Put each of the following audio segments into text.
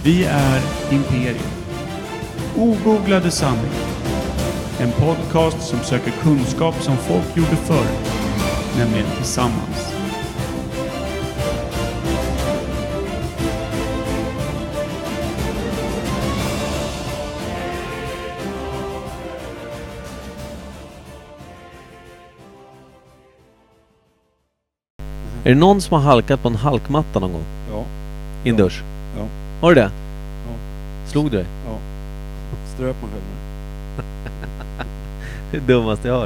Vi är Imperiet. Ogooglade sanningar. En podcast som söker kunskap som folk gjorde förr, nämligen tillsammans. Är det någon som har halkat på en halkmatta någon gång? Ja. I en dusch? Ja. Har du det? Ja. Slog du dig? Ja. Ströp man själv med. Det är det dummaste jag har hört.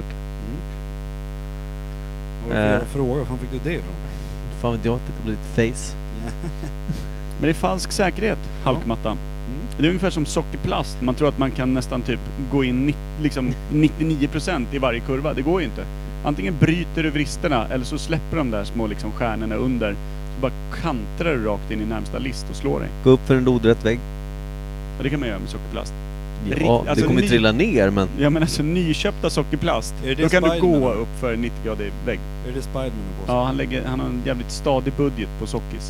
Vad var det för fråga? Fan fick du det ifrån? Fan vet jag, titta på ditt face. Men det är falsk säkerhet, halkmattan. Det är ungefär som sockerplast. Man tror att man kan nästan typ gå in liksom 99% i varje kurva. Det går ju inte. Antingen bryter du vristerna eller så släpper de där små liksom stjärnorna under. Så bara kantrar du rakt in i närmsta list och slår dig. Gå upp för en lodrätt vägg. Ja, det kan man göra med sockerplast. Ja, alltså det kommer trilla ner, men... Ja, men alltså nyköpta sockerplast. Då kan du gå upp för 90-gradig vägg. Är det Spiderman på sig? Ja, han har en jävligt stadig budget på sockis.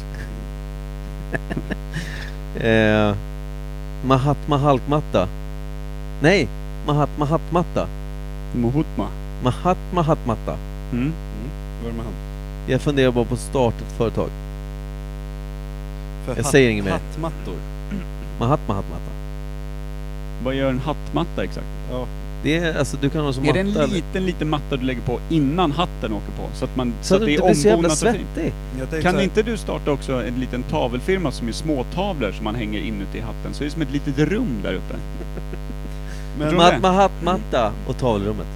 Mahatma halkmatta. Nej, Mahatma hattmatta. Mohutma. Mahatma hattmatta. Mm. Vad är det med han? Jag funderar bara på att starta ett företag. För Jag säger inget mer. Hattmattor. Mahatma hattmatta. Vad gör en hattmatta exakt? Ja. Det är alltså, du kan ha som Är matta. det en liten matta du lägger på innan hatten åker på? Så att man Så att det du är inte blir så jävla ombonat och fint. svettig. Kan inte du starta också en liten tavelfirma som är småtavlor som man hänger inuti hatten? Så det är som ett litet rum där uppe. Men, Mahatma hattmatta och tavelrummet.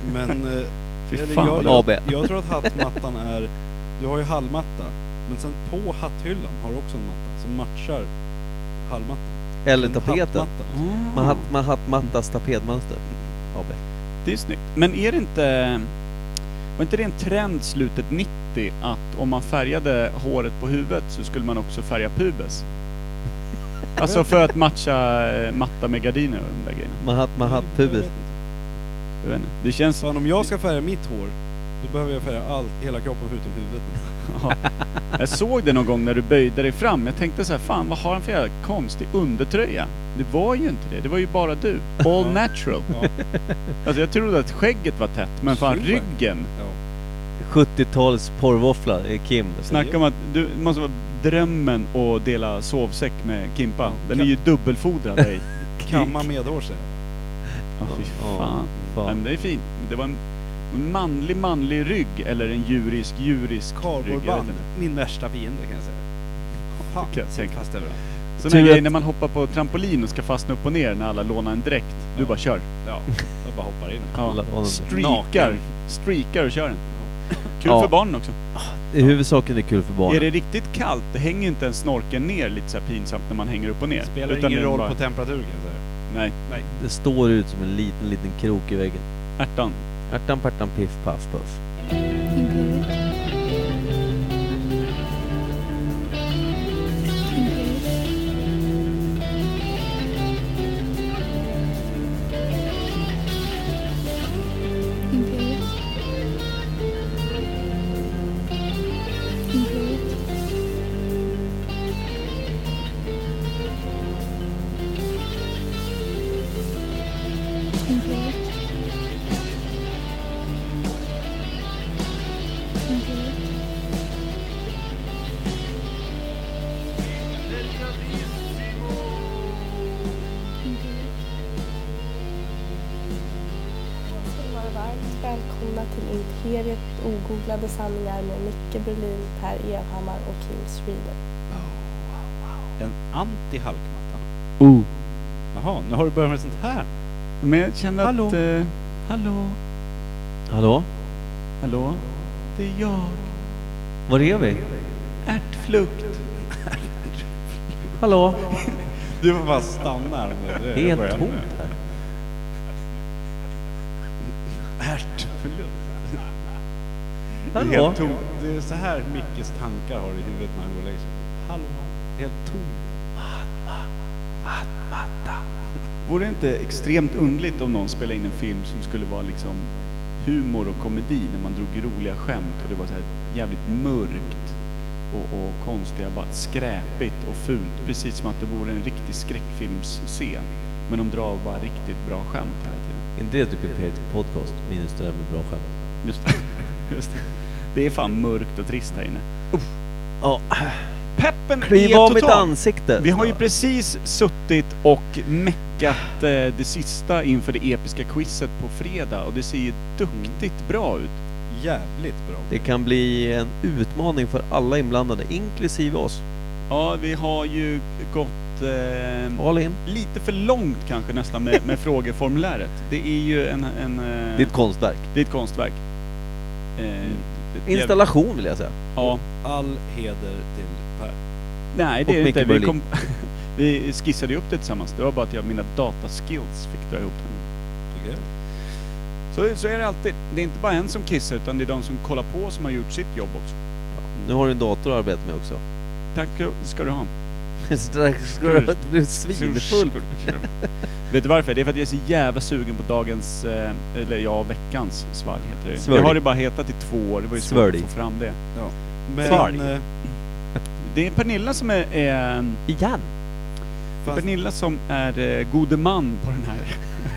Fy eller fan, jag tror att hattmattan är... Du har ju hallmatta. Men sen på hatthyllan har du också en matta som matchar hallmattan. Eller En tapeten. hattmatta. Mahatma hattmattas tapetmönster. AB. Det är snyggt. Men är det inte... Var inte det en trend slutet 90 att om man färgade håret på huvudet så skulle man också färga pubes? Alltså för att matcha matta med gardiner och de där grejerna. Mahatma hattpubis. Jag vet inte. Det känns... Fan, om jag ska färga mitt hår, då behöver jag färga hela kroppen förutom huvudet. Ja. Jag såg det någon gång när du böjde dig fram. Jag tänkte så här, fan vad har han för jävla konstig undertröja? Det var ju inte det. Det var ju bara du. All natural. Ja. Alltså jag trodde att skägget var tätt, men fan ryggen. Ja. 70-tals porrvåffla är Kim. Snacka om att du måste vara drömmen att dela sovsäck med Kimpa. Ja. Den är ju dubbelfodrad dig. Kamma medhår sig. Ja, fy fan. Nej, men det är fint. Det var en manlig rygg eller en djurisk rygg. Jag vet Kardborreband. inte. Min värsta fiende kan jag säga. Fan, Kan jag tänka. fast överallt. Sådana grejer när man hoppar på trampolin och ska fastna upp och ner när alla lånar en dräkt. Du bara kör. Ja, jag bara hoppar in. Ja. Naken. Streakar och kör den. Kul Ja. för barnen också. I huvudsaken är det kul för barn. Är det riktigt kallt, det hänger inte en snorken ner lite så här pinsamt när man hänger upp och ner. Spelar Utan ingen den roll bara- på temperatur kan jag säga. Nej, Nej. Det står ut som en liten krok i väggen. ärtan. Ärtan, pärtan, piff, paff, puff. Varmt välkomna till Imperiet ogooglade sanningar med Micke Berlin, Per Evhammar och Kim Schreeder. En anti-halkmatta. Oh. Jaha, nu har du börjat med sånt här. Men jag känner Hallå? att... Hallå? Hallå? Hallå? Det är jag. Var är vi? Ärtflukt. Hallå? Du får bara stanna här. Det är helt tomt här. Ärtflukt. Hallå? Det är helt tomt. Det är så här Mickes tankar har i huvudet när han går och lägger sig. Hallå? Helt tomt. Vore det inte extremt underligt om någon spelade in en film som skulle vara liksom humor och komedi när man drog roliga skämt och det var så här jävligt mörkt och konstiga, bara skräpigt och fult, precis som att det vore en riktig skräckfilmsscen. Men de drar bara riktigt bra skämt hela tiden. Inte det typ P1 podcast minus det där med bra skämt. Just det. Det är fan mörkt och trist här inne. Ja, Peppen kliv är av mitt total. ansikte. Vi har ju precis suttit och meckat det sista inför det episka quizet på fredag och det ser ju duktigt bra ut. Jävligt bra. Det kan bli en utmaning för alla inblandade, inklusive oss. Ja, vi har ju gått All in. lite för långt kanske nästan med frågeformuläret. Det är ju en Det är ett konstverk. det är ett konstverk. Installation vill jag säga. Ja. All heder till Per. Nej, det Och är det inte. Micke Berlin. Vi skissade ju upp det tillsammans. Det var bara att jag mina dataskills fick dra ihop den. Okej. Så är det alltid. Det är inte bara en som kissar utan det är de som kollar på som har gjort sitt jobb också. Nu har du en dator att arbeta med också. Tack ska du ha. Strax ska du bli svinfull. Vet du varför? Det är för att jag är så jävla sugen på dagens, veckans svalg heter det. Svölj. Det har det bara hetat i 2 år. Det var ju svårt Svölj. att få fram det. Ja. Men Svalg. Det är Pernilla som är Igen? fast, Pernilla som är gode man på den här.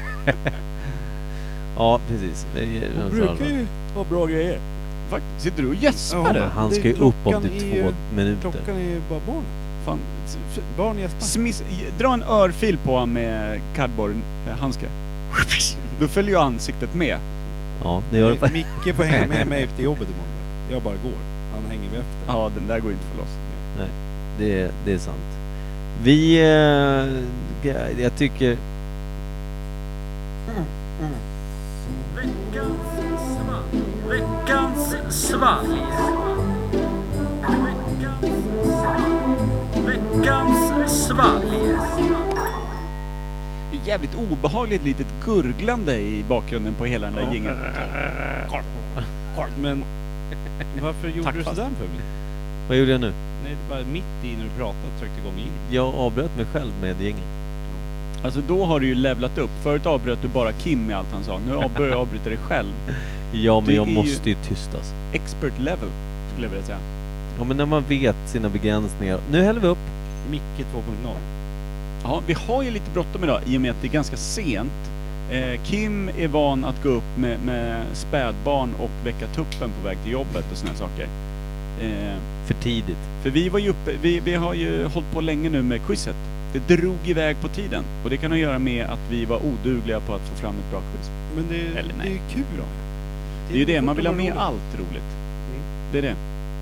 Ja, precis. hon brukar ju ha bra grejer. Faktiskt, sitter du och gäspar? Ja, där? Han ska ju klockan upp om är till ju- 2 minuter. Klockan är ju bara barn. Fan. Barn gäspar. Dra en örfil på honom med cardboardhandskar. Då följer ju ansiktet med. Ja, det gör det. Micke får hänga med mig till jobbet imorgon. Jag bara går. Han hänger med efter. Ja, den där går inte för loss. Det är sant. Jag tycker... Veckans svalg. Veckans svalg. Det är jävligt obehagligt litet gurglande i bakgrunden på hela den där jingeln. Men varför gjorde Tack du fast. sådär för mig? Vad gjorde jag nu? Nej, det var mitt i när du pratade tryckte igång in. Jag avbröt mig själv med gängen. Alltså då har du ju levlat upp. Förut avbröt du bara Kim med allt han sa. Nu börjar jag avbryta dig själv. Ja, men Det jag är ju- måste ju tystas. Expert level, skulle jag vilja säga. Ja, men när man vet sina begränsningar. Nu häller vi upp. Micke 2.0. Ja, vi har ju lite bråttom idag i och med att det är ganska sent. Kim är van att gå upp med spädbarn och väcka tuppen på väg till jobbet och såna här saker. För tidigt. För vi var ju uppe, vi har ju hållit på länge nu med quizet. Det drog iväg på tiden. Och det kan ha att göra med att vi var odugliga på att få fram ett bra quiz. Men det Eller nej. är ju kul då. Det är ju det, man vill ha med roligt. allt roligt. Det är det.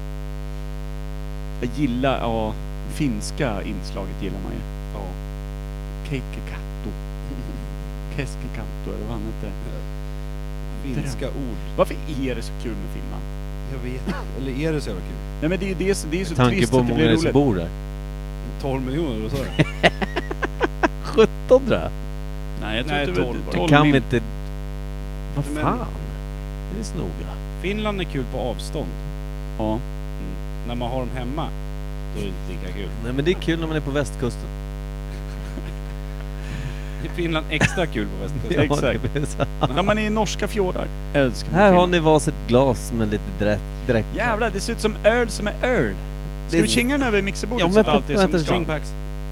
Jag gillar, finska inslaget gillar man ju. Ja. Keikekatto. Keskekatto, eller vad han heter. Finska ord. Varför är det så kul med Finland? Jag vet. Eller är det så jävla kul? Nej men det är så Tanke trist på hur att det många blir det är som roligt. bor där. 12 miljoner, vad sa du? 17 tror jag. Nej, jag Nej, tror inte 12 var det. Det kan vi mil. inte... Vad Men- fan? Det är snoga. Finland är kul på avstånd. Ja. När man har dem hemma, då är det inte lika kul. Nej, men det är kul när man är på västkusten. I Finland extra kul på västkusten. Exakt. det är så. När man är i norska fjordar. Älskar Här har Finland. ni varsitt glas med lite dräkt. Jävlar, det ser ut som öl som är öl. Ska Det- vi kinga den över mixerbordet Ja, så att men allt är som vänta, det ska? Stringpacks.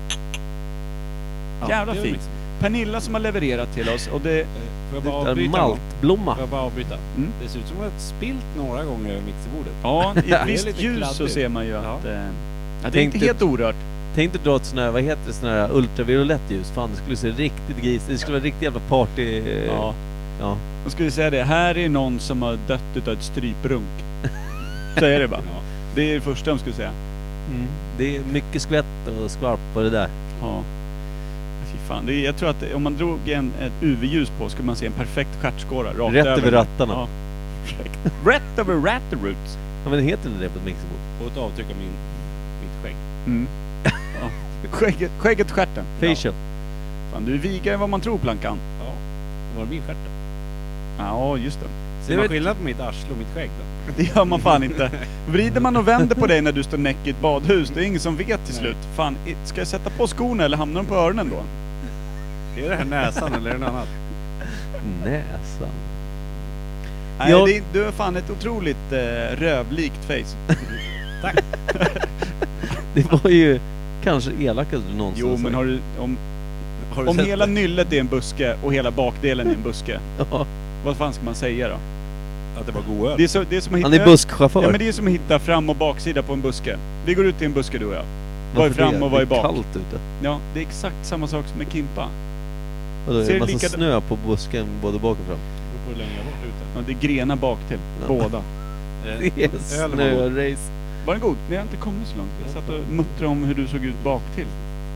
Jävla det är fint. liksom- Pernilla som har levererat till oss och det... Får jag Det bara är avbryta? maltblomma. Får jag bara avbryta? Mm. Det ser ut som att jag har spilt några gånger över mixerbordet. Ja, i Det är ett visst lite ljus så kladdigt. ser man ju Ja. att... ja, det är Tänk inte dig- helt orört. Tänk dig dra ett sån här, vad heter det, sån här ultraviolett ljus. Fan, det skulle se riktigt gris. Det skulle vara riktigt jävla party. Ja. Ja. Jag skulle säga det, här är någon som har dött utav ett stryprunk. Så är det bara. Ja. Det är det första jag skulle säga. Mm. Det är mycket skvätt och skvalp på det där. Ja. Fy fan. Jag tror att om man drog ett UV-ljus på skulle man se en perfekt stjärtskåra rakt Rätt över. över rattarna. Ja. Rätt över ratteroots. Ja, men heter det på ett mixerbord? Och ett avtryck av mitt skägg. Mm. Ja. Skägget stjärten. Facial. Fan, du är vigare än vad man tror, Plankan. Ja. Det var min stjärt då. Ja, just det. Ser Det man vet- skillnad på mitt arsle och mitt skägg då? Det gör man fan inte. Vrider man och vänder på dig när du står näck i ett badhus, det är ingen som vet till Nej. slut. Fan, ska jag sätta på skorna eller hamnar de på öronen då? Är det här näsan eller är det något annat? Näsan. Nej, Jag- du har fan ett otroligt rövlikt face. Tack. Det var ju kanske elakaste du någonsin Jo, men har du... Har du Om sett hela det? nyllet är en buske och hela bakdelen är en buske, Ja, vad fan ska man säga då? Att det var god öl. Det är som att hitta... han är busschaufför. Ja, men det är som att hitta fram och baksida på en buske. Vi går ut i en buske, du och jag. Vad är Varför det? fram och vad är Det bak? kallt ute. Ja, det är exakt samma sak som med Kimpa. Vadå, Ser det är det massa lika- snö på busken både bak och fram. Det beror på hur länge jag har varit ute. Ja, det är grenar bak till. Ja. Båda. Det är Öl var god. snörace. Var den god? Vi har inte kommit så långt. Jag satt och muttrade om hur du såg ut bak till.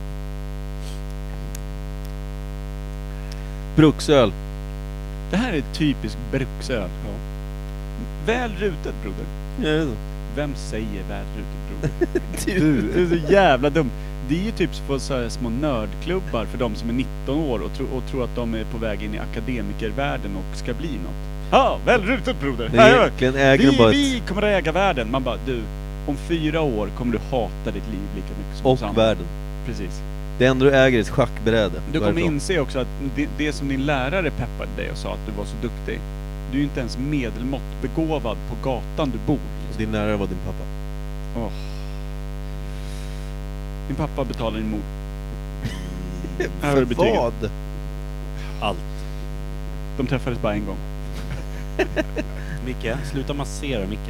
Bruksöl. Det här är typisk bruksöl. Ja. Väl rutet, broder. Ja, det är så. Vem säger väl rutet, broder? Du är så jävla dum. Det är ju typ på så här små nördklubbar för de som är 19 år och tror att de är på väg in i akademikervärlden och ska bli något. Ja, väl rutet, broder. Men egentligen äger de bara Vi kommer att äga världen. Man bara, du, om 4 år kommer du hata ditt liv lika mycket som oss och andra. världen. Precis. Det enda du äger är ett schackbräde. Du kommer Varifrån? inse också att det som din lärare peppade dig och sa att du var så duktig. Du är ju inte ens medelmått begåvad på gatan du bor. Din lärare var din pappa. Åh. Din pappa betalar din mor. Här har du betyget. Vad? Allt. De träffades bara en gång. Micke, sluta massera Micke.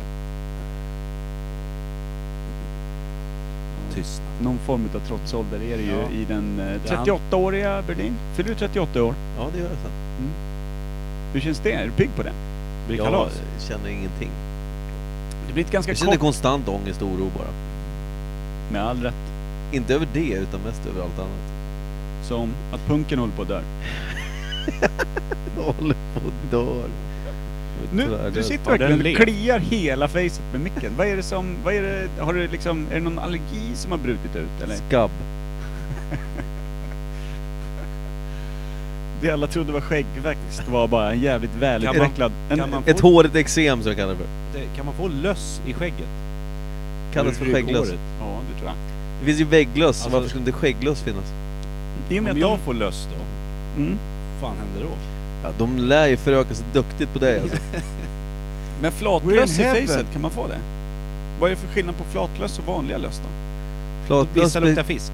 Tyst. Någon form av trotsålder är det ju Ja. i den Det är han. 38-åriga Berlin. Fyller du 38 år? Ja, det gör jag sen. Hur känns det? Är du pigg på det? Blir det Jag kalas? känner ingenting. Det blir ett ganska Jag känner kort... konstant ångest och oro bara. Med all rätt. Inte över det, utan mest över allt annat. Som att punken håller på att dö. Jag håller på att dör. Nu, du sitter Ja, den verkligen ler. och kliar hela facet med micken. Vad är det som... Vad är det... Har du liksom... Är det någon allergi som har brutit ut, eller? Skabb. Det alla trodde var skäggväxt var bara en jävligt välutvecklad... kan man- Ett hårigt eksem, så jag kallar det för. Kan man få löss i skägget? Kallas för Ur skägglöss. rygghåret? Ja, det tror jag. Det finns ju vägglöss, Alltså- varför skulle inte skägglöss finnas? I och med Om att jag de... får löss då, Mm. vad fan händer då? Ja, de lär ju föröka sig duktigt på det alltså. Men We're flatlöss in i heaven. facet, kan man få det? Vad är det för skillnad på flatlöss och vanliga löss då? Flatlöss Vissa luktar fisk.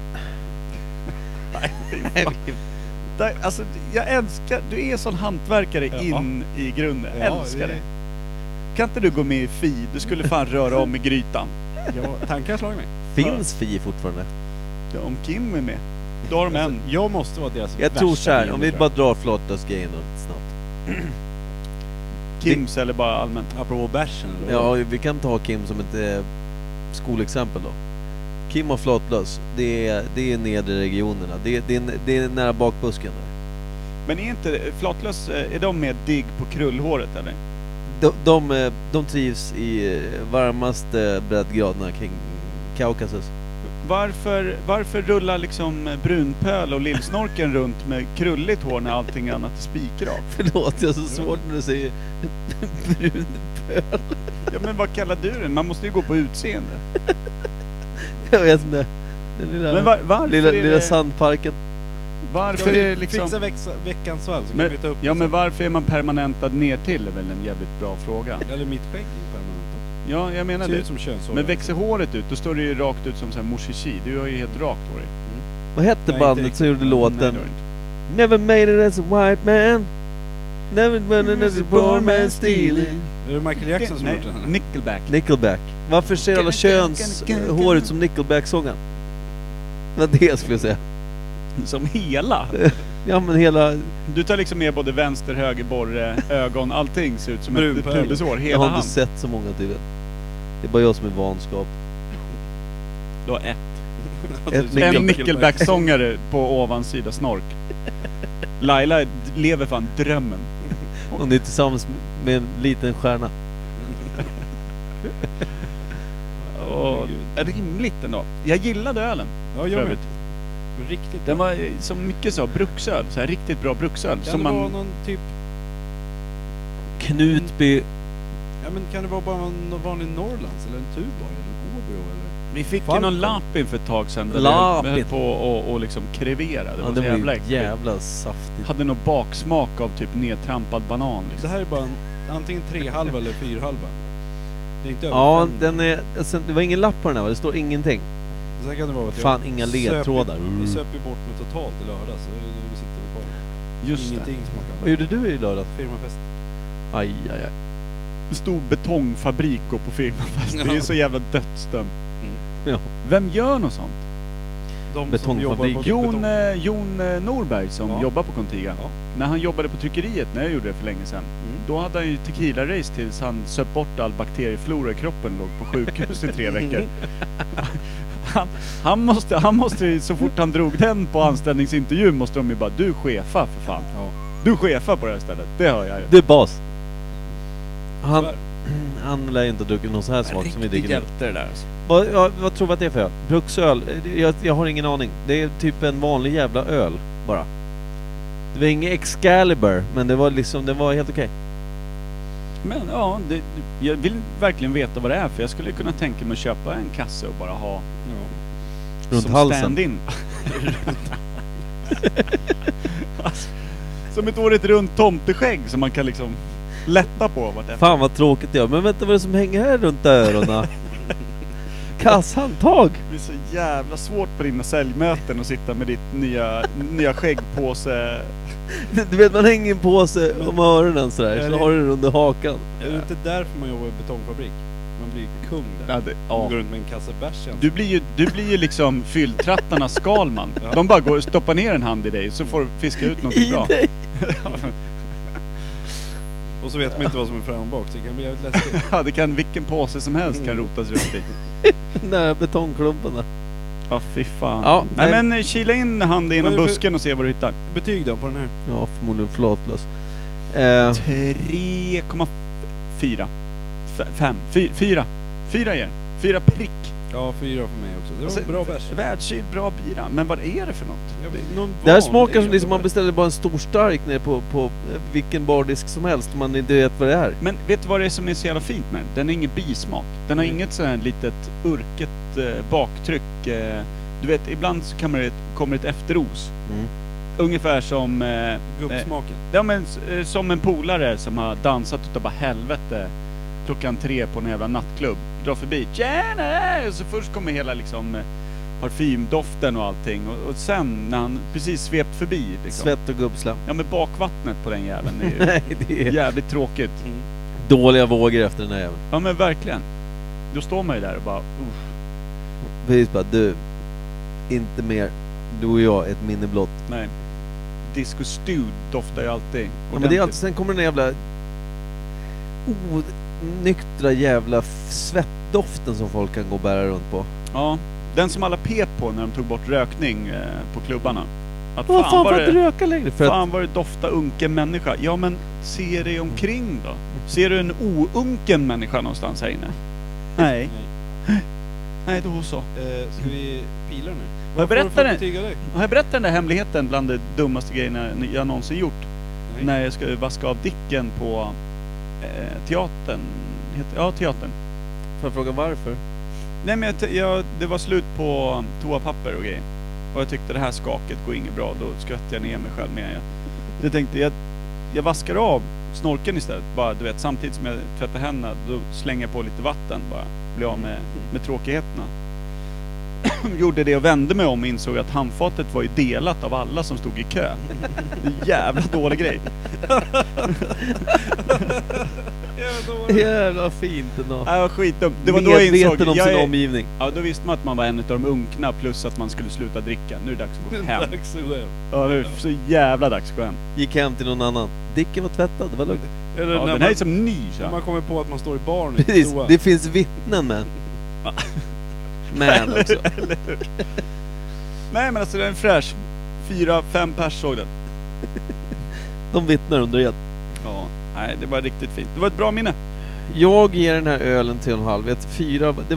Nej, alltså, jag älskar... Du är sån hantverkare Ja. in i grunden. Ja, Älskar det. Kan inte du gå med i Fi? Du skulle fan röra om i grytan. Ja, tankar har slagit mig. Finns Fi fortfarande? Ja, om Kim är med. Då har de en. Alltså, jag måste vara deras Jag tror värsta så här, fiende, om vi tror bara jag. drar flatlöss-grejen då, snabbt. Kims eller bara allmänt. Apropå bärsen eller Ja, vad? vi kan ta Kim som ett skolexempel då. Kim har flatlöss, det är nedre regionerna. Det är nära bakbusken där. Men är inte flatlöss, är de med digg på krullhåret eller? De trivs i varmaste breddgraderna kring Kaukasus. Varför rullar liksom brunpöl och lillsnorken runt med krulligt hår när allting annat är spikrakt? Förlåt, jag har så svårt när du säger brunpöl. Ja, men vad kallar du den? Man måste ju gå på utseende. Jag vet inte. Den lilla, Men varför lilla, är det... lilla sandparken. Varför är det liksom... Fixa veckans svalg så kan Men, vi ta upp ja, det men sen. varför är man permanentad ner till är väl en jävligt bra fråga. Eller mitt skägg är permanent också. Ja, jag menar Ser det. ut som könshår. Men växer håret ut, då står det ju rakt ut som så här Moshishi. Du har ju helt rakt hår i. Vad hette Nej, bandet inte som gjorde Nej, låten? det har du inte. Never made it as a white man. Never been it as a poor man stealing. Är det Michael Jackson som har Nej, gjort den? Nickelback. Nickelback. Varför ser alla könshår ut som Nickelback-sången? Det var det jag skulle säga. Som hela. Ja, men hela... Du tar liksom med både vänster, höger, borre, ögon, allting ser ut som ett Brunpöl. pubeshår. Jag Hela har inte hand. sett så många tydligen. Det är bara jag som är vanskap. Du har ett. Ett En Nickelback-sångare på ovansida snork. Laila lever fan drömmen. Hon är tillsammans med en liten stjärna. Och är det rimligt ändå? Jag gillade ölen. Ja, för jag övrigt. vet. Riktigt Den bra. var som mycket så bruksöl. Så här riktigt bra bruksöl. Kan Som det vara man... någon typ... Knutby. Ja, men kan det vara bara någon vanlig Norrlands eller en Tuborg eller Åbro eller... Vi fick ju Falcon. någon Lapin för ett tag sedan. Där Lapin. vi höll på och liksom krevera. Det Ja, var det så var jävla ju äckligt. jävla saftigt. Hade nog baksmak av typ nedtrampad banan Det liksom. här är bara antingen 3,5 eller 4,5. Det är inte över Ja, 5. den är... Alltså, det var ingen lapp på den här, va? Det står ingenting. Sen kan det vara att Fan, inga ledtrådar. Jag söp ju bort mig totalt i lördag, så nu sitter vi kvar. Just Ingenting smakar. Vad gjorde du i lördag? Firmafest. Aj. En stor betongfabrik går på firmafest. Det är ju så jävla dödsdöm. Ja. Vem gör något sånt? De Betongfabrik. Jon Norberg som jobbar på Contiga. Ja. När han jobbade på tryckeriet, när jag gjorde det för länge sedan, då hade han ju tequila-race tills han söp bort all bakterieflora i kroppen och låg på sjukhus i 3 veckor. Han måste så fort han drog den på anställningsintervju måste de ju bara, du chefa för fan. Ja. Du chefa på det här stället, det hör jag ju. Du är bas. Tyvärr. Han lär ju inte ha druckit någon så här smak som vi dricker nu. hjälte det där alltså. Vad tror du att det är för öl? Bruksöl? Jag har ingen aning. Det är typ en vanlig jävla öl bara. Det var ingen Excalibur, men det var helt okej. Men ja, jag vill verkligen veta vad det är, för jag skulle kunna tänka mig att köpa en kasse och bara ha Runt som halsen. stand-in. Som ett året runt tomteskägg som man kan liksom lätta på vartefter. Fan vad tråkigt det är. Men vänta, vad är det som hänger här runt öronen? Kasshandtag! Det blir så jävla svårt på dina säljmöten att sitta med ditt nya skäggpåse. Du vet, man hänger en påse om öronen sådär, så Eller- har du den under hakan. Är det inte därför man jobbar i betongfabrik? Man blir kung där. Ja, Man går runt med en kasse bärs igen. Du blir ju liksom fylltrattarnas Skalman. Ja. De bara går och stoppar ner en hand i dig så får du fiska ut något I bra. dig! Och så vet man inte vad som är fram och bak, så det kan bli jävligt läskigt. Ja, vilken påse som helst kan rotas runt i. Den där betongklumparna. Ja, fy fan. Ja, nej, nej. men kila in hand inom Vad är det för- busken och se vad du hittar. Betyg då på den här? Ja, förmodligen flatlös. 3,4. 5. 4. 4 ger. 4 prick. Ja, 4 för mig också. Det var Alltså, bra bärs. Världskyld, bra bira. Men vad är det för något? Någon Det här vanlig smakar som liksom man bärs. beställer bara en stor stark ner på vilken bardisk som helst, man inte vet vad det är. Men vet du vad det är som är så jävla fint med den? Den har ingen bismak. Den har inget sådär litet urket baktryck. Du vet, ibland så kommer ett efteros. Ungefär som... Gubbsmaken. Ja, men som en polare som har dansat utav bara helvete klockan 3 på en jävla nattklubb. Drar förbi. Tjena! Och så först kommer hela liksom parfymdoften och allting. Och sen när han precis svept förbi liksom. Svett och gubbslam. Ja, men bakvattnet på den jäveln är ju Nej, det är jävligt tråkigt. dåliga vågor efter den här jäveln. Ja, men verkligen. Då står man ju där och bara... Precis bara, du, inte mer. Du och jag, ett minne blott. Nej. Disco Stew doftar ju alltid. Ja, men det är alltid, sen kommer den jävla onyktra jävla svettdoften som folk kan gå och bära runt på. Ja, den som alla pep på när de tog bort rökning på klubbarna. Att Vad fan var får inte röka längre? För att, fan vad det doftar unken människa. Ja, men se dig omkring då. Ser du en ounken människa någonstans här inne? Nej. Nej, då så. Ska vi pila nu? jag Vad får du berätta för det? betyg av dig? Har jag berättat den där hemligheten bland de dummaste grejerna jag någonsin gjort? Nej. När jag ska vaska av dicken på teatern. Teatern. får jag fråga varför? Nej, men det var slut på toapapper och grejer. Och jag tyckte det här skaket går inget bra. Då skvätte jag ner mig själv med. Jag tänkte, jag vaskar av snorken istället. Bara, du vet, samtidigt som jag tvättar händerna, då slänger jag på lite vatten. Bara blir av med tråkigheterna. Gjorde det och vände mig om och insåg att handfatet var ju delat av alla som stod i kö. En jävla dålig grej. Jävla fint ändå. Ja, skitdumt. Det var då jag insåg. Medveten om sin omgivning. Ja, då visste man att man var en av de unkna, plus att man skulle sluta dricka. Nu är det dags att gå hem. Dags att gå hem. Ja, det är så jävla dags att gå hem. Gick hem till någon annan. Dicken var tvättad, det var lugnt. Eller Ja, när den här är man, som ny, så. när man kommer på att man står i baren i Precis, toa. det finns vittnen med. Men också. Nej, men alltså den är fräsch. 4-5 pers såg den. De vittnar under ett. Ja, nej, det var riktigt fint. Det var ett bra minne. Jag ger den här ölen 3,5. 4. Det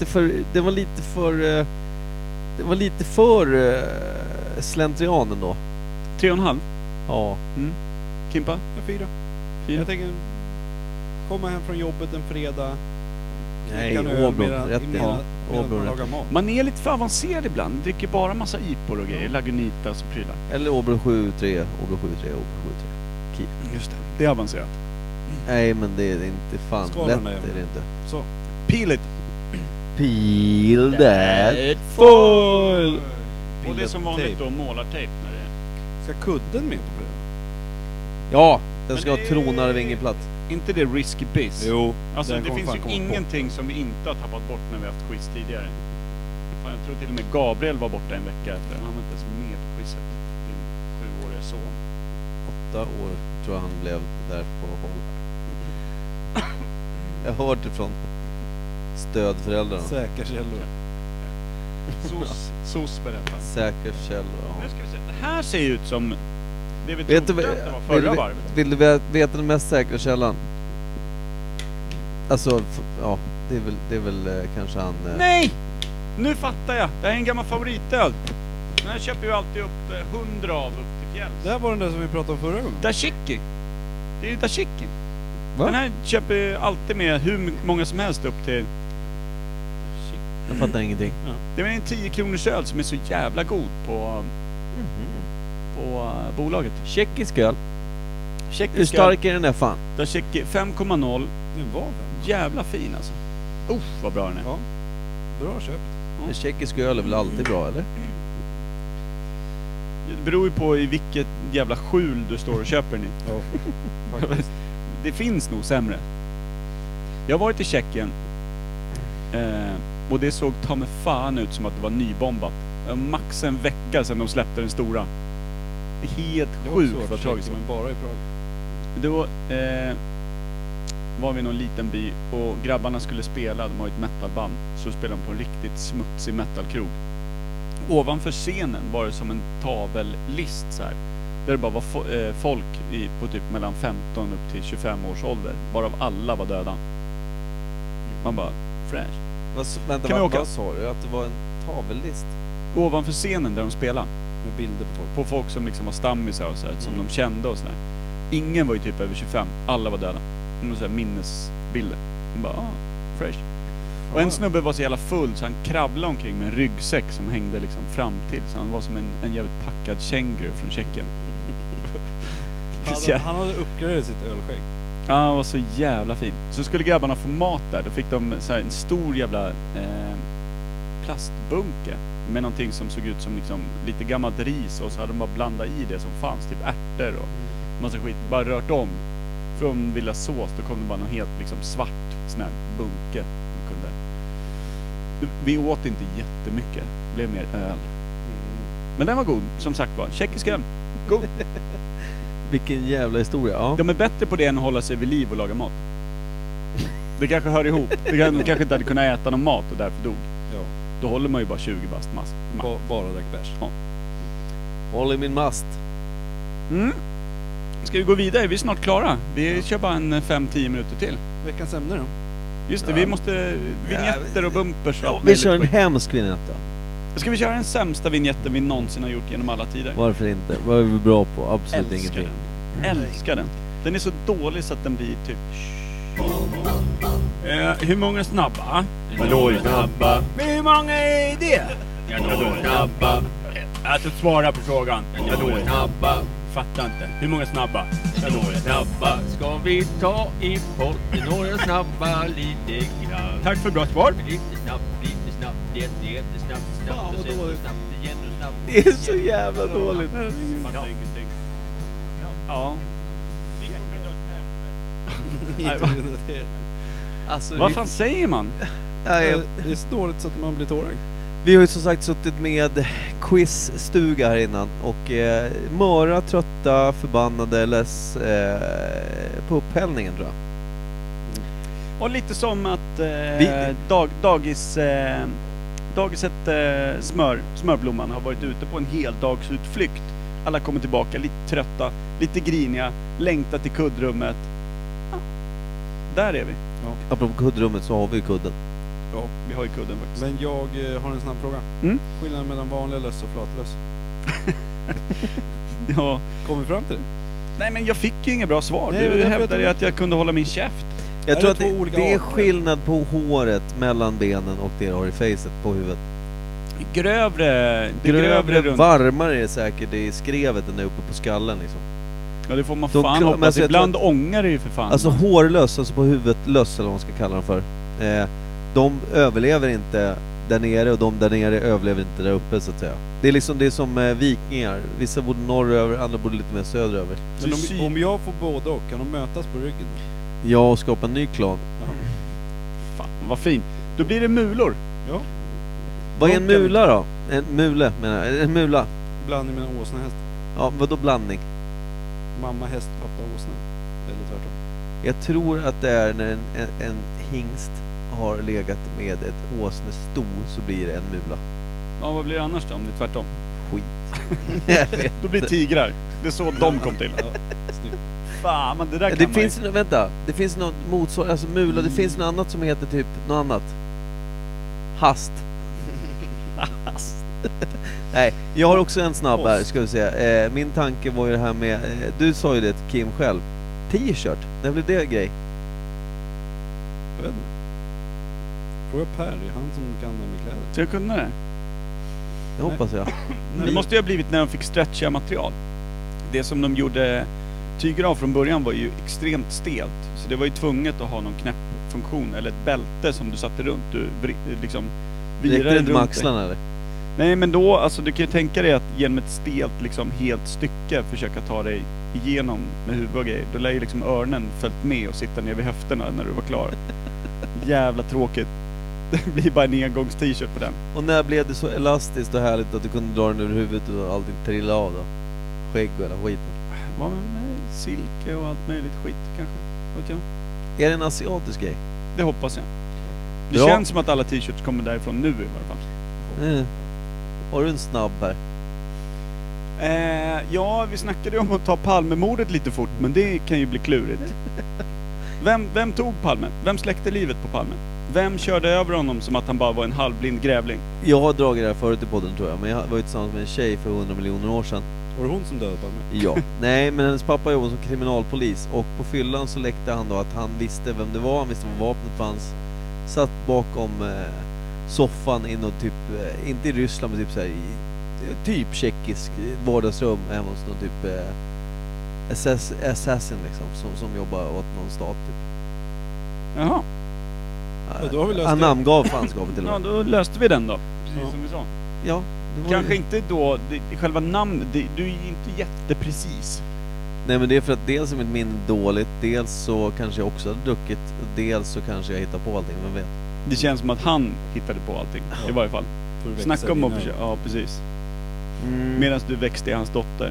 var lite för slentrian ändå. 3,5. Ja. Kimpa? Ja, 4. 4. Jag tänker komma hem från jobbet en fredag. Nej, dricka en öl Åbron, medan- rätt i. medan Åbron, man rätt. lagar mat. Man är lite för avancerad ibland. Dricker bara massa IPor och grejer. Lagunitas och prylar. Eller Åbron 7-3, Åbron 7-3, Åbron 7-3. Just det. Det är avancerat. Nej, men det är inte fan Skala lätt, den där är jäveln. det inte. Så. Peel it. Peel that foil! Och det är Bildat som vanligt tejp. då målartejp när det är. Ska kudden med på fredag? Ja, den Men ska ha det- tronarvingeplats. Inte det risky biz. Jo. Alltså den det kommer finns fan ju komma bort. ingenting som vi inte har tappat bort när vi har haft quiz tidigare. Fan, jag tror till och med Gabriel var borta en vecka efter. Han var inte ens med på quizet. Din 7-åriga son. 8 år tror jag han blev där på håll. Jag har hört det från stödföräldrarna. Säkra källor. SOS berättar. Säker källor, Nu ja. ska vi se. Det här ser ju ut som det vi Vet du, trodde att det var förra varvet. vill du veta den mest säkra källan? Alltså, ja, det är väl kanske han... Nej! Nu fattar jag. Det här är en gammal favoritöl. Den här köper ju alltid upp 100 av upp till fjälls. Det här var den där som vi pratade om förra gången. Dashiki. Det är ju Dashiki. Va? Den här köper ju alltid med hur många som helst upp till... Jag fattar ingenting. Det är en 10 kronors öl som är så jävla god på bolaget. Tjeckisk öl. Hur Tjeckisk stark är den där fan? Dashiki 5,0. Den var fem. Jävla fin alltså. Vad bra den är. Ja. Bra köpt. En tjeckisk öl är väl alltid bra, eller? Det beror ju på i vilket jävla skjul du står och köper den i. Ja. Faktiskt. Det finns nog sämre. Jag har varit i Tjeckien. Och det såg ta med fan ut som att det var nybombat. Max en vecka sedan de släppte den stora. Helt sjukt vad tragiskt. Men bara i Prag. Då var vi i någon liten by och grabbarna skulle spela, de har ju ett metalband, så spelade de på en riktigt smutsig metalkrog. Ovanför scenen var det som en tavellist så här, där det bara var folk på typ mellan 15 upp till 25 års ålder, varav alla var döda. Man bara, fresh. Vänta, Kan vi åka? vad sa du? Att det var en tavellist? Ovanför scenen där de spelade, Med bilder på folk. på folk som liksom var stammisar och så här, som de kände och sådär. Ingen var ju typ över 25, alla var döda. Och så här minnesbilder. Man bara, fresh. Och en snubbe var så jävla full så han kravlade omkring med en ryggsäck som hängde liksom fram till. Så han var som en jävligt packad känguru från Tjeckien. Han hade uppgraderat sitt ölskägg. Ja, han var så jävla fin. Så skulle grabbarna få mat där, då fick de så här en stor jävla plastbunke med någonting som såg ut som liksom lite gammalt ris, och så hade de bara blandat i det som fanns, typ ärtor och massa skit, bara rört om. Från Villa Sås, då kom det bara någon helt liksom svart sån här bunke. Vi åt inte jättemycket, det blev mer öl. Men den var god, som sagt var. Tjeckisk öl, god. Vilken jävla historia, ja. De är bättre på det än att hålla sig vid liv och laga mat. Det kanske hör ihop. De kanske inte hade kunnat äta någon mat och därför dog. Ja. Då håller man ju bara 20 bast mass. Bara drack bärs. Håll i min mast. Ska vi gå vidare? Vi är snart klara. Vi kör bara en 5-10 minuter till. Veckans ämne då? Just det, vi måste vignetter och bumpers och allt Vi möjligt kör en skit. hemsk vignett då. Ska vi köra den sämsta vignetten vi någonsin har gjort genom alla tider? Varför inte? Vad är vi bra på? Absolut Älskar ingenting. den. Älskar den. Den är så dålig så att den blir typ... hur många är snabba? Vadå är snabba? Men hur många är det? Vadå snabba? Alltså svara på frågan. Vadå snabba? Fattar inte. Hur många snabba? Vadå snabba? Ska vi ta i potten några snabba lite grann? Tack för bra svar. Lite snabbt, jättesnabbt, snabbt och sen så snabbt igen och snabbt. Det är så jävla dåligt. Fattar ingenting. Ja. Alltså, Vad fan säger man? Det är så dåligt så att man blir tårögd. vi har ju som sagt suttit med quizstuga här innan och möra, trötta, förbannade, less på upphällningen tror jag. Och lite som att Vi- dagiset Smörblomman har varit ute på en heldagsutflykt. Alla kommer tillbaka lite trötta, lite griniga, längtar till kuddrummet. Ja, där är vi. Apropå kuddrummet så har vi ju kudden. Ja, vi har ju kudden faktiskt. Men jag har en snabb fråga. Mm? Skillnaden mellan vanlig löss och flatlöss. Ja. Kom vi fram till det? Nej, men jag fick ju inga bra svar. Nej, Du därför hävdade ju jag att jag kunde hålla min käft. Jag Är tror det att två olika det är arter? skillnad på håret mellan benen och det du har i facet på huvudet. Grövre runt. Varmare är det säkert i skrevet än uppe på skallen liksom. Ja, det får man De fan klar- men hoppas. alltså, jag Ibland tror ångar det ju för fan. Alltså hårlöss, alltså på huvudet löss eller vad man ska kalla dem för. De överlever inte där nere och de där nere överlever inte där uppe så att säga. Det är liksom det är som vikingar. Vissa bor norröver, andra bor lite mer söderöver. Men om jag får båda och kan de mötas på ryggen? Ja, och skapa en ny klan. Fan, vad fint. Då blir det mulor. Ja. Vad är en mula då? En mule menar jag. En mula. Blandning med en åsna häst. Ja, vadå blandning? Mamma häst, pappa åsna. Eller tvärtom. Jag tror att det är när en hingst har legat med ett åsnesto så blir det en mula. Ja, vad blir det annars då om det är tvärtom? Skit. Då blir det tigrar. Det är så de kom till. Ja, snyggt. Fan, men det där kan Det man finns, vänta, det finns något motsvarande, alltså mula, det finns något annat som heter typ, något annat. Hast. Nej, jag har också en snabb här, ska vi säga. Min tanke var ju det här med, du sa ju det till Kim själv. T-shirt, när blev det grej? Jag vet inte. Fråga Per, det är han som kan det med kläder. Så jag kunde det. Det hoppas jag. Det måste ju ha blivit när de fick stretchiga material. Det som de gjorde tyger av från början var ju extremt stelt. Så det var ju tvunget att ha någon knäppfunktion eller ett bälte som du satte runt. Du liksom Räckte det inte med runt axlarna eller? Nej, men då, alltså du kan ju tänka dig att genom ett stelt liksom helt stycke försöka ta dig igenom med huvud och grejer. Då lär ju liksom öronen följt med och sitta ner vid höfterna när du var klar. Jävla tråkigt. Det blir bara en engångs t-shirt på den. Och när blev det så elastiskt och härligt att du kunde dra den över huvudet och allting trilla av då? Skägg och hela skiten. Var med silke och allt möjligt skit kanske. Vet jag. Är det en asiatisk grej? Det hoppas jag. Det Ja. känns som att alla t-shirts kommer därifrån nu i varje fall. Har du en snabb här? Ja, vi snackade ju om att ta Palmemordet lite fort, men det kan ju bli klurigt. Vem tog Palme? Vem släckte livet på Palme? Vem körde över honom som att han bara var en halvblind grävling? Jag har dragit det här förut i podden tror jag, men jag var ju tillsammans med en tjej för 100 miljoner år sedan. Var det hon som dödade Palme? Ja. Nej, men hennes pappa jobbade som kriminalpolis och på fyllan så läckte han då att han visste vem det var, han visste var vapnet fanns. Satt bakom soffan i något typ, inte i Ryssland men typ såhär typ tjeckisk vardagsrum hemma hos någon typ assassin liksom, som jobbar åt någon stat typ. Jaha. Ja, då har vi löst Han det. namngav fanskapet till Ja, och med. då löste vi den då. Precis Ja. som vi sa. Ja, det var Kanske ju... inte då, själva namnet, du är ju inte jätteprecis. Nej, men det är för att dels är mitt minne dåligt, dels så kanske jag också hade druckit, dels så kanske jag hittar på allting, vem vet. Det känns som att han hittade på allting, i varje fall. Får du växa Snacka om att dina- försöka, ja precis. Mm. Medan du växte i hans dotter.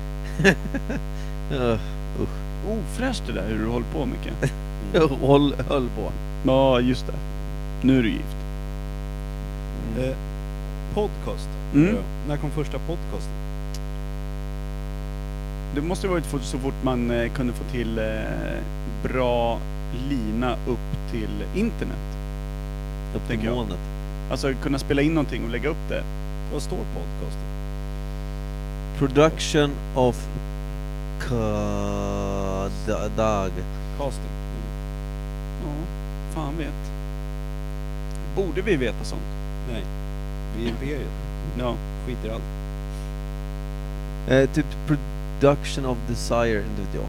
Ofräscht det där hur du håller på mycket. höll på. Ja, just det. Nu är du gift. Podcast. Mm. Ja. När kom första podcasten? Det måste ha varit så fort man kunde få till bra lina upp till internet. Upp till tänker jag. månet. Alltså kunna spela in någonting och lägga upp det. Vad står podcasten? Production of dag. Casting. Ja, fan vet. Borde vi veta sånt? Nej. Vi är Imperiet. Ja. Skit i allt. Typ production of desire, inte vet jag.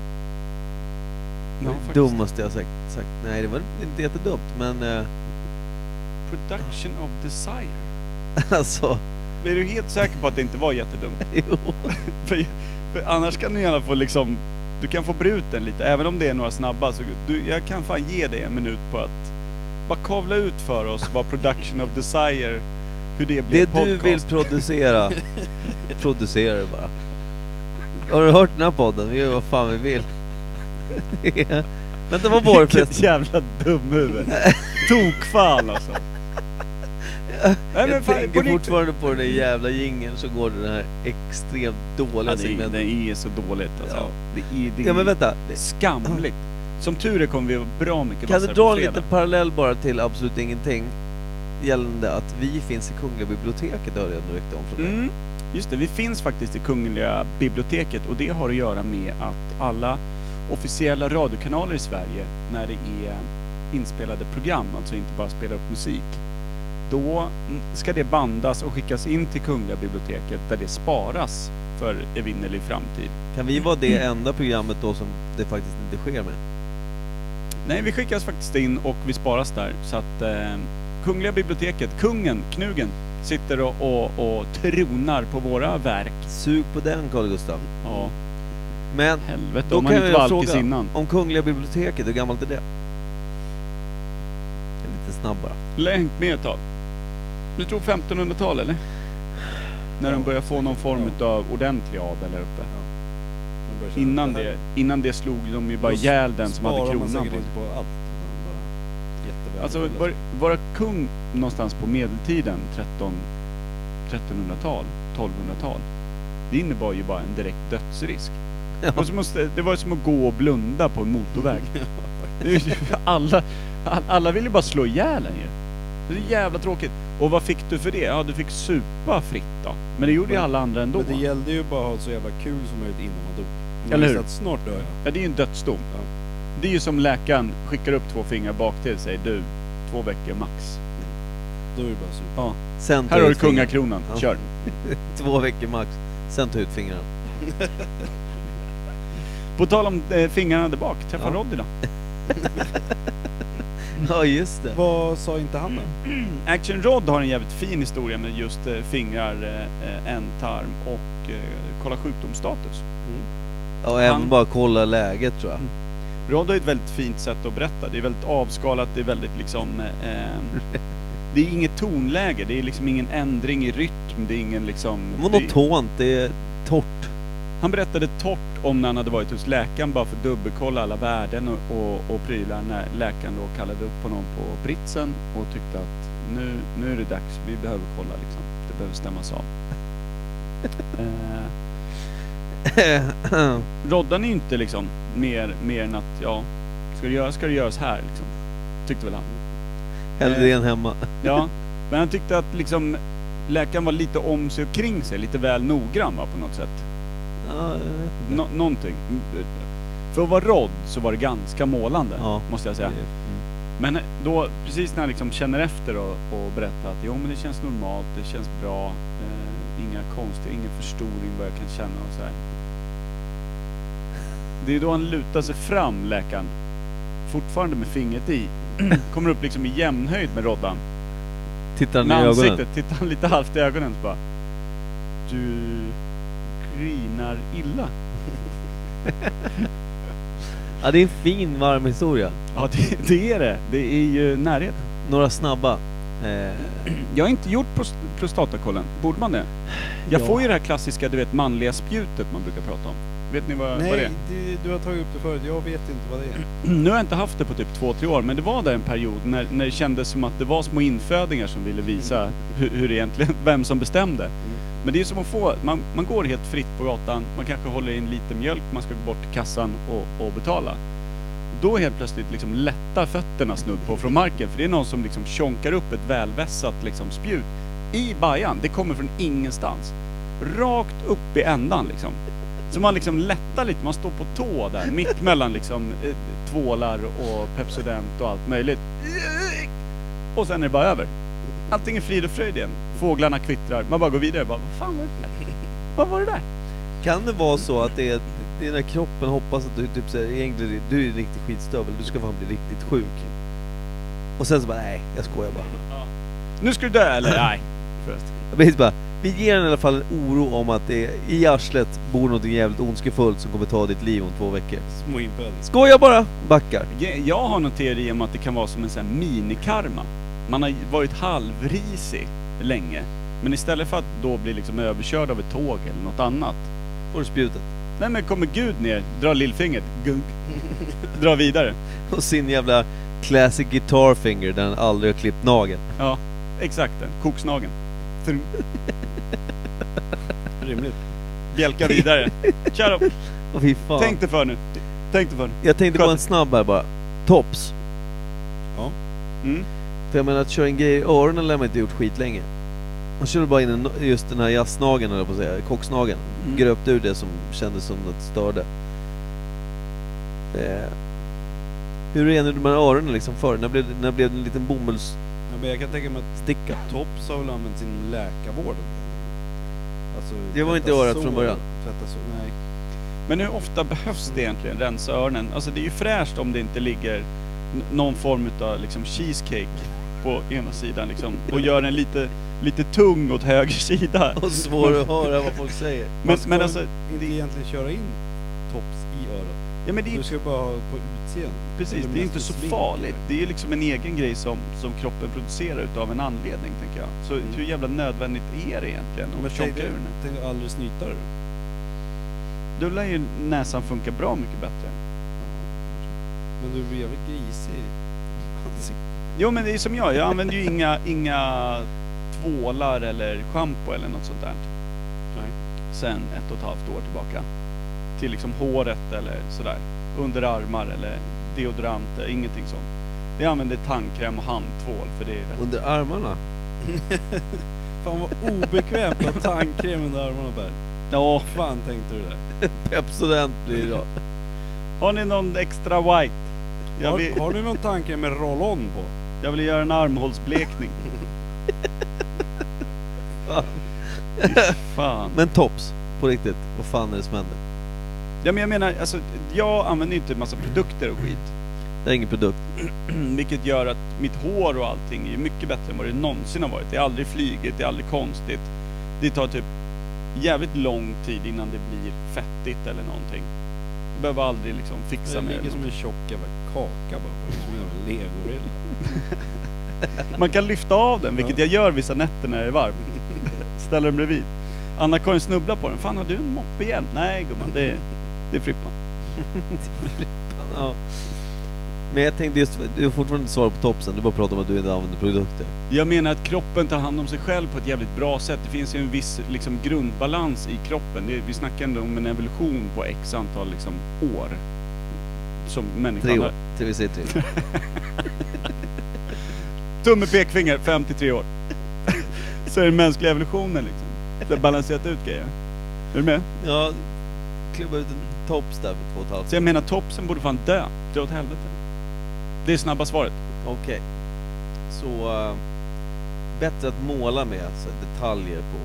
Ja, faktiskt. Dummaste jag sagt. Nej, det var inte jättedumt, men Production of desire. alltså, Är du helt säker på att det inte var jättedumt? jo. för annars kan du gärna få liksom, du kan få brut den lite, även om det är några snabba. Så jag kan fan ge dig en minut på att bara kavla ut för oss vad Production of desire, hur det blir Det podcast. du vill producera, producera det bara. Har du hört den här podden? Vi gör vad fan vi vill. Vänta, vad var det Vilket förresten? jävla dumhuvud. Tokfan alltså. Nej, men Jag fan, tänker på fortfarande på den där jävla jingeln så går den här extremt dåliga alltså, segmentet. det är så dåligt alltså. Ja. Det är Ja, men vänta. skamligt. Som tur är kommer vi vara bra mycket Kan du vassare dra på en fredag. liten parallell bara till absolut ingenting gällande att vi finns i Kungliga biblioteket, hörde jag en rykte om från dig. Mm. Just det, vi finns faktiskt i Kungliga biblioteket och det har att göra med att alla officiella radiokanaler i Sverige, när det är inspelade program, alltså inte bara spela upp musik, då ska det bandas och skickas in till Kungliga biblioteket där det sparas för evinnerlig framtid. Kan vi vara det enda programmet då som det faktiskt inte sker med? Nej, vi skickas faktiskt in och vi sparas där. Så att Kungliga biblioteket, kungen, Knugen, sitter och tronar på våra verk. Sug på den, Carl Gustav. Ja, Men helvete då om man kan inte var jag alkis fråga innan. om Kungliga biblioteket, hur gammalt är det? Lite snabbare. Längt med ett tag. Du tror 1500-tal eller? När de börjar få någon form av ordentlig adel där uppe. Man börjar känna Innan det slog de ju bara Då ihjäl den som hade sparar man kronan säkert på. inte på allt. Utan bara jätteväl. Alltså vara kung någonstans på medeltiden, 1300-tal, 1200-tal. Det innebar ju bara en direkt dödsrisk. Ja. Det var som att gå och blunda på en motorväg. Det är ju- alla ville bara slå ihjäl en ju. Det är jävla tråkigt. Och vad fick du för det? Ja, du fick supa fritt då. Men det gjorde ju alla andra ändå. Men det gällde ju bara att ha så jävla kul som möjligt innan man dog. Man Eller visste hur? att snart dör jag. Ja, det är ju en dödsdom. Ja. Det är ju som läkaren skickar upp 2 fingrar bak till sig. Du, 2 veckor max. Då är det bara super. Ja. Sen ta Här har du ut fingrarna. kungakronan. Ja. Kör. 2 veckor max. Sen ta ut fingrarna. På tal om fingrarna där bak. Träffa Ja. Roddy då. Ja, just det. Vad sa inte han då? Action Rod har en jävligt fin historia med just fingrar, ändtarm och kolla sjukdomsstatus. Och även Han- bara kolla läget, tror jag. Rod har ett väldigt fint sätt att berätta. Det är väldigt avskalat, det är väldigt liksom... det är inget tonläge, det är liksom ingen ändring i rytm, det är ingen liksom... Monotont, det är torrt. Han berättade torrt om när han hade varit hos läkaren bara för att dubbelkolla alla värden och prylar när läkaren då kallade upp honom på britsen och tyckte att nu är det dags, vi behöver kolla liksom. Det behöver stämmas av. Roddan är ju inte liksom mer än att ja, ska det göras här liksom. Tyckte väl han. Hellre det än hemma. Ja, men han tyckte att liksom läkaren var lite om sig och kring sig, lite väl noggrann va, på något sätt. Ja, jag vet inte. Någonting. För att vara Rod så var det ganska målande, Ja. måste jag säga. Mm. Men då, precis när jag liksom känner efter och berättar att jo men det känns normalt, det känns bra, inga konstiga, ingen förstoring vad jag kan känna och så här. Det är då han lutar sig fram, läkaren, fortfarande med fingret i, kommer upp liksom i jämnhöjd med Roddan. Tittar han i Med ögonen? ansiktet, tittar han lite halvt i ögonen så bara, du grinar illa. Ja, det är en fin, varm historia. Ja, det är det. Det är ju närhet. Några snabba. Jag har inte gjort prostatakollen. Borde man det? Jag Ja. får ju det här klassiska, du vet, manliga spjutet man brukar prata om. Vet ni vad det är? Nej, du har tagit upp det förut. Jag vet inte vad det är. Nu har jag inte haft det på typ 2-3 år, men det var där en period när det kändes som att det var små infödingar som ville visa hur det egentligen, vem som bestämde. Men det är som att få, man går helt fritt på gatan, man kanske håller in lite mjölk, man ska gå bort till kassan och betala. Då helt plötsligt liksom lättar fötterna snudd på från marken, för det är någon som liksom tjonkar upp ett välvässat liksom spjut i bajan. Det kommer från ingenstans. Rakt upp i ändan liksom. Så man liksom lättar lite, man står på tå där, mitt mellan liksom tvålar och Pepsodent och allt möjligt. Och sen är det bara över. Allting är frid och fröjd igen. Fåglarna kvittrar, man bara går vidare. Bara, vad fan var det där? Vad var det där? Kan det vara så att det är när kroppen hoppas att du typ säger egentligen du är en riktig skitstövel, du ska fan bli riktigt sjuk. Och sen så bara, nej, jag skojar bara. Nu ska du dö eller? Nej. Förresten. Precis bara, vi ger den i alla fall en oro om att det i arslet bor något jävligt ondskefullt som kommer ta ditt liv om 2 veckor. Små infödingar. Skoja bara, backar. Jag har någon teori om att det kan vara som en sån här minikarma. Man har varit halvrisig länge. Men istället för att då bli liksom överkörd av ett tåg eller något annat. Får du spjutet. Nej men kommer Gud ner, drar lillfingret, gunk, drar vidare. Och sin jävla classic guitar finger där han aldrig har klippt nageln. Ja, exakt den. Koksnagen. Rimligt. Bjälka vidare. Tja då. Åh fy fan. Tänk dig för nu. Tänk dig för nu. Jag tänkte på en snabb här bara. Tops. Mm. För jag menar att köra en grej i öronen lär man inte gjort skit länge. Man körde bara in just den här jazznageln eller på att säga, kocksnageln. Mm. Gröpte ur det som kändes som något störde. Hur är det med öronen liksom förr? När blev det en liten bomullssticka? Ja, men jag kan tänka mig att Tops har väl använt sin läkarvård. alltså, Det var inte tvätta örat sår, från början. Tvätta sår, nej. Men hur ofta behövs det egentligen, rensa öronen? Alltså det är ju fräscht om det inte ligger någon form av liksom cheesecake på ena sidan liksom, och gör den lite tung åt höger sida. Och svår att höra vad folk säger. Men alltså, inte egentligen köra in tops i örat. ja men det är Du ska bara ha på utsidan. precis, det är inte så farligt. Det är liksom en egen grej som kroppen producerar utav en anledning, tänker jag. Så hur jävla nödvändigt är det egentligen Men att tjonka ur den? tänk du aldrig snyta dig. Då lär ju näsan funka bra mycket bättre. Men du blir jävligt grisig i ansiktet. Jo men det är som jag använder ju inga tvålar eller shampoo eller något sånt där. Nej. Sen 1,5 år tillbaka. Till liksom håret eller sådär. Under armar eller deodorant, ingenting sånt. Jag använder tandkräm och handtvål för det är rätt. Under armarna? Fan vad obekvämt att ha tandkräm under armarna där. Ja, Fan tänkte du där? Pepsodent blir det idag. har ni någon extra white? Har du någon tandkräm med roll-on på? Jag vill göra en armhålsblekning. Fan. Men tops, på riktigt. Vad fan är det som händer? Ja men jag menar, alltså, jag använder inte en massa produkter och skit. Det är ingen produkt. Vilket gör att mitt hår och allting är mycket bättre än vad det någonsin har varit. Det är aldrig flygigt, det är aldrig konstigt. Det tar typ jävligt lång tid innan det blir fettigt eller någonting. Jag behöver aldrig liksom fixa Det med ligger det. som en tjock jävla kaka bara. Som en jävla legorilla. Man kan lyfta av den, vilket jag gör vissa nätter när det är varmt. Ställer den bredvid. Anna-Karin snubblar på den. Fan, har du en moppe igen? Nej gumman, det är Frippan. Ja. Men jag tänkte just, du har fortfarande inte svarat på topsen. Du bara pratar om att du inte använder produkter. Jag menar att kroppen tar hand om sig själv på ett jävligt bra sätt. Det finns ju en viss liksom, grundbalans i kroppen. Vi snackar ändå om en evolution på x antal liksom, år. Som människan 3 har. år. Vi säger 3 år. Tumme pekfinger, 53 år. Så är den mänskliga evolutionen liksom. Det har balanserat ut grejer. Är du med? Ja, klubba ut en tops där för 2,5. Så jag menar topsen borde fan dö. Dra åt helvete. Det är snabba svaret. Okej. Så bättre att måla med alltså, detaljer på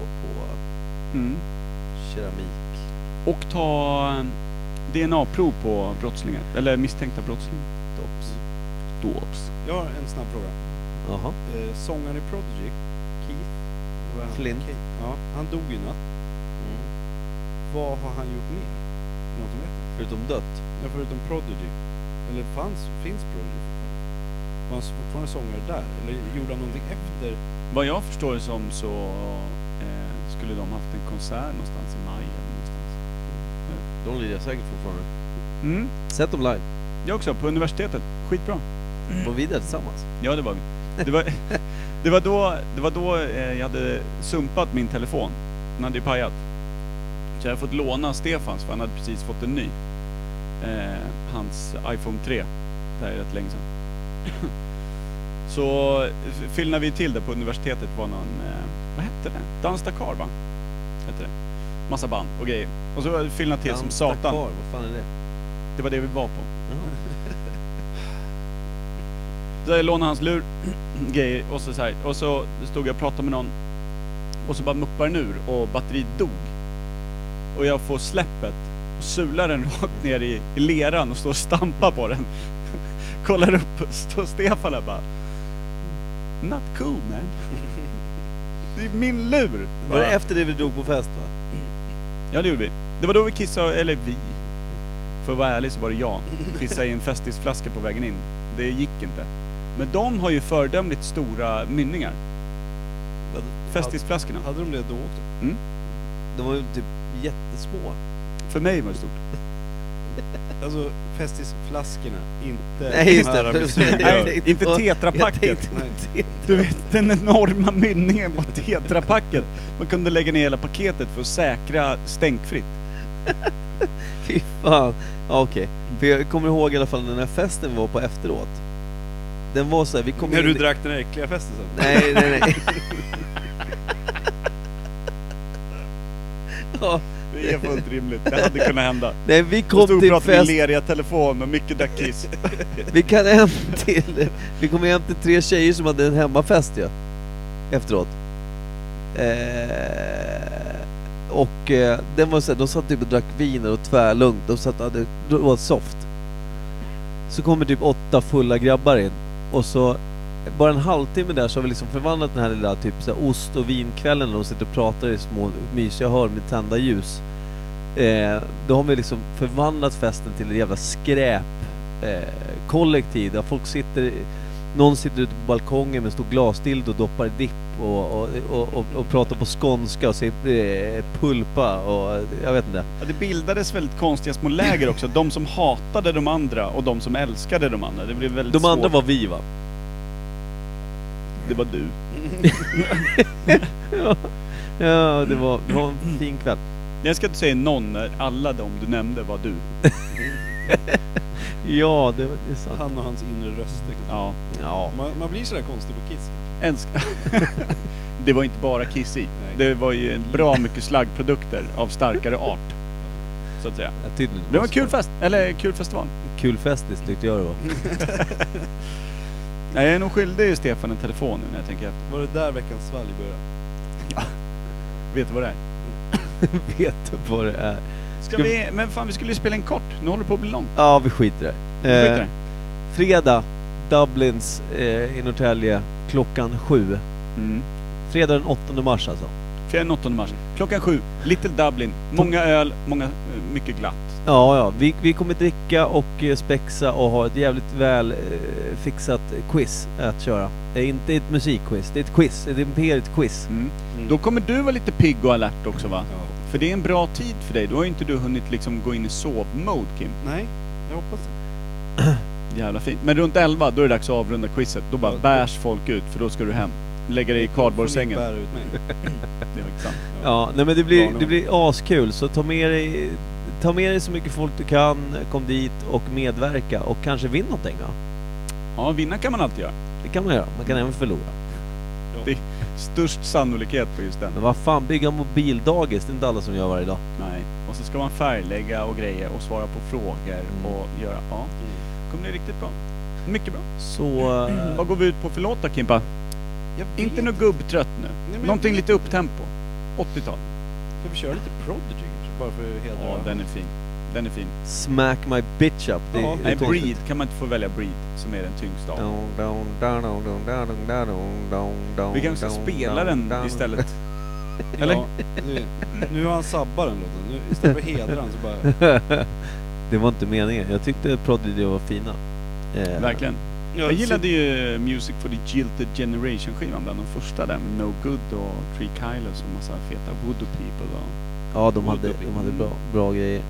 keramik. Och ta DNA-prov på brottslingar. Eller misstänkta brottslingar. Tops. Jag har en snabb fråga. Jaha. Sångaren i Prodigy, Keith vad är han? Flint. Ja, han dog ju natt. Mm. Vad har han gjort mer? Någon som vet det? Förutom dött. Ja, förutom Prodigy. Eller finns Prodigy? Var han fortfarande sångare där? Eller gjorde han någonting efter? Vad jag förstår det som så skulle de haft en konsert någonstans i maj eller någonstans. De lirar säkert fortfarande. Mm. Sätt dem live. Jag också, på universitetet. Skitbra. Var vi där tillsammans? Ja, det var vi. Det var då jag hade sumpat min telefon. Den hade ju pajat. Så jag hade fått låna Stefans, för han hade precis fått en ny. Hans iPhone 3. Det här är rätt länge sedan. Så fyllnade vi till det på universitetet var någon, vad hette det? Dans Dakar, va? Hette det. Massa band och grejer. Och så fyllnade till som satan. Dakar, vad fan är det? Det var det vi var på. Jaha. Så jag lånade hans lur grejer och så här. Och så stod jag och pratade med någon. Och så bara muppar den ur och batteriet dog. Och jag får släppet och sular den rakt ner i leran och står och stampar på den. Kollar upp och står Stefan där bara. Not cool man. Det är min lur. Var det efter det vi drog på fest, va? Ja, det gjorde vi. Det var då vi kissade, eller vi. För att vara ärlig så var det jag. Kissade i en festisflaska på vägen in. Det gick inte. Men de har ju fördömligt stora mynningar. Festisflaskorna. Hade de det då också? Mm. De var ju typ jättesmå. För mig var det stort. Alltså festisflaskorna, inte... Nej, just de här det. med sugrör. Nej, inte tetrapacket. Du vet, den enorma mynningen på tetrapacket. Man kunde lägga ner hela paketet för att säkra stänkfritt. Fy fan. Ja, okej. För jag kommer ihåg i alla fall den här festen vi var på efteråt. Den var så här, vi kom När in... du drack den här äckliga festen sen? Nej. Ja, Det är fullt rimligt. Det hade kunnat hända. nej, vi Jag kom stod och till pratade med fest. leriga telefon och mycket däckkiss. Vi kom hem till 3 tjejer som hade en hemmafest, ja. Efteråt. Och den var så här, de satt typ och drack vin och tvärlugnt. De satt och det var soft. Så kommer typ 8 fulla grabbar in. Och så bara en halvtimme där så har vi liksom förvandlat den här lilla typ så här ost- och vinkvällen. När de sitter och pratar i små mysiga hörn med tända ljus. Då har vi liksom förvandlat festen till ett jävla skräp kollektiv där folk sitter, någon sitter ute på balkongen med en stor glasdild och doppar i dipp och pratar på skånska och säger pulpa och jag vet inte. Ja, det bildades väldigt konstiga små läger också. De som hatade de andra och de som älskade de andra. Det blev väldigt De svårt. andra var vi, va? Det var du. Ja, det var en fin kväll. Jag ska inte säga någon när alla de du nämnde var du. Ja, det är sant. Han och hans inre röster. Ja. Ja. Man blir sådär konstig på Kiss. Det var inte bara Kiss i. Det var ju en bra mycket slaggprodukter av starkare art. Så att säga. Det var en kul fest. Eller kul festival. Kul festis tyckte jag det var. Nej, jag är nog skyldig Stefan en telefon nu när jag tänker efter. Var det där veckans svalg började? Ja. Vet du vad det är? Vet du vad det är? Men fan, vi skulle ju spela en kort. Nu håller det på att bli långt. Ja, vi skiter i det. Skiter i det. Fredag, Dublins i Norrtälje, klockan 7. Fredag den 8 mars alltså. Fredag den 8 mars. Klockan 7. Little Dublin. Många öl, mycket glatt. Ja. Vi kommer dricka och spexa och ha ett jävligt väl fixat quiz att köra. Det är inte ett musikquiz, det är ett quiz. Det är ett imperiet-quiz. Då kommer du vara lite pigg och alert också, va? Ja. För det är en bra tid för dig. Då har ju inte du hunnit liksom gå in i sov-mode, Kim. Nej, jag hoppas det. Jävla fint. Men runt 11, då är det dags att avrunda quizet. Då bara Ja, bärs folk ut, för då ska du hem. Lägga dig i kardborrsängen. Bära ut mig. Det var inte sant. Ja, nej men det blir askul. Så ta med dig så mycket folk du kan, kom dit och medverka och kanske vinna någonting, va? Ja, vinna kan man alltid göra. Det kan man göra, man kan även förlora. Det är störst sannolikhet på just den. Men vad fan, bygga mobildagis, det är inte alla som gör varje dag. Nej. Och så ska man färglägga och grejer och svara på frågor och göra, ja. Kommer bli riktigt bra. Mycket bra. Så... Vad går vi ut på för låt då, Kimpa? Inte något gubbtrött nu. men Någonting lite upptempo. 80-tal. Ska vi köra lite Prodigy kanske? Bara för att hedra. Ja, den är fin. Den är fin. Smack my bitch up. Ja, Nej, Breed. Kan man inte få välja Breed som är den tyngsta av. Vi kanske ska spela den istället. Eller? Ja, nu har han sabbar den låten. Nu, istället för hedra den så bara... Det var inte meningen. Jag tyckte Prodigy var fina. Verkligen. Jag gillade ju Music for the Jilted Generation-skivan bland de första där med No Good och Three Kylos och massa feta Voodoo People och... Ja, de hade bra grejer.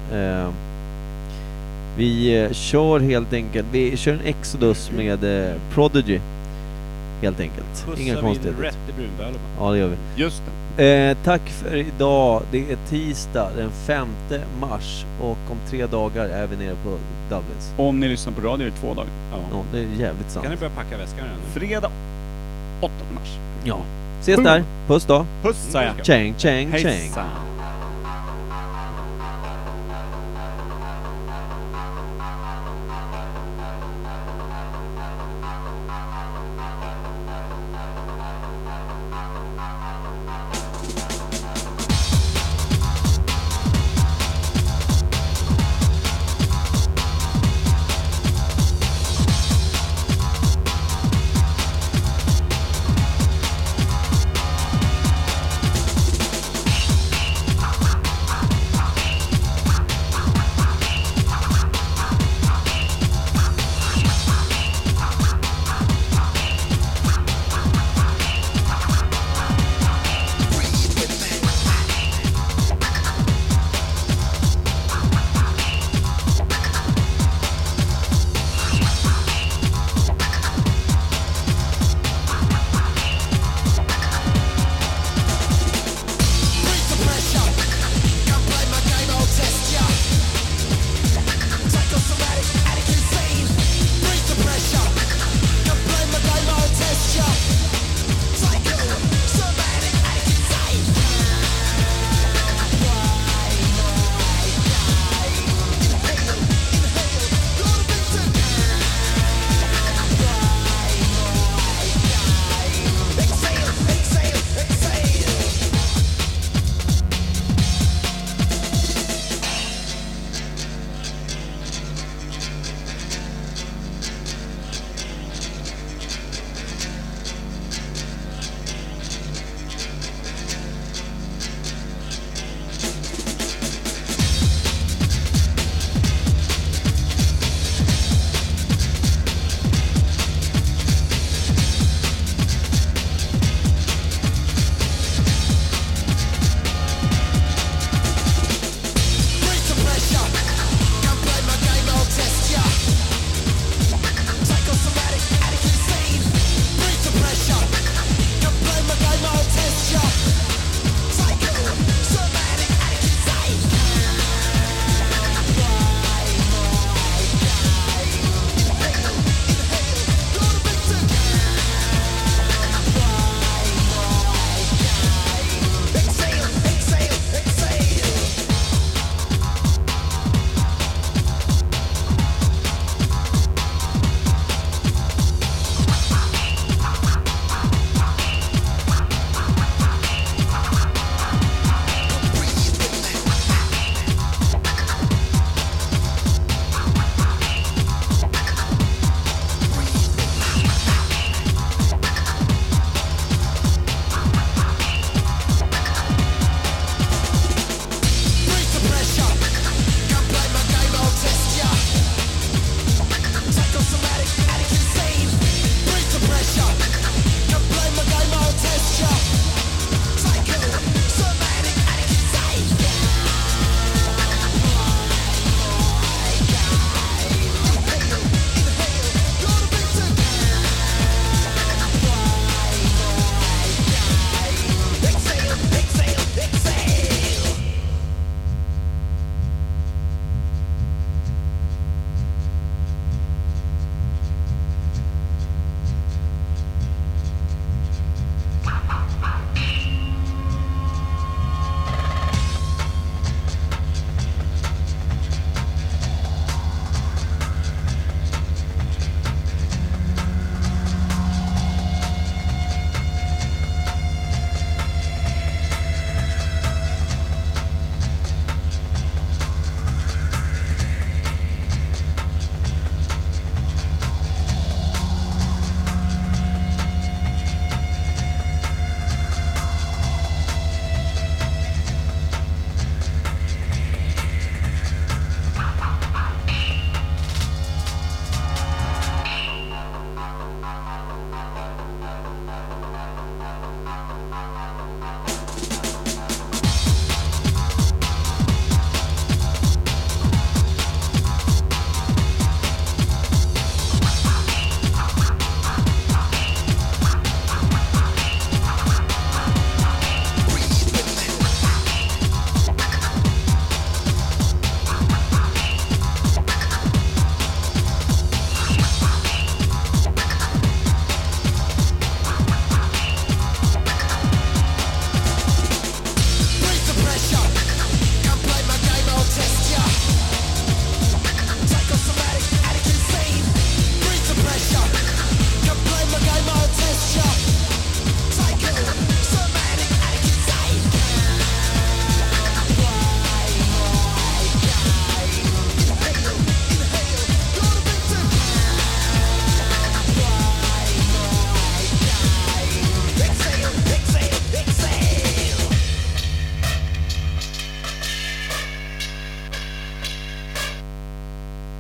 Vi kör helt enkelt. Vi kör en Exodus med Prodigy. Helt enkelt. Inga konstigheter. Rätt i brunbälen. Ja, det gör vi. Just det. Tack för idag. Det är tisdag den 5 mars. Och om 3 dagar är vi nere på Dublins. Och om ni lyssnar på radio är det 2 dagar. Ja, det är jävligt sant. Kan ni börja packa väskan redan nu? Fredag 8 mars. Ja. Ses där. Puss då. Puss, säger jag. Chang, chang, chang. Hejsan.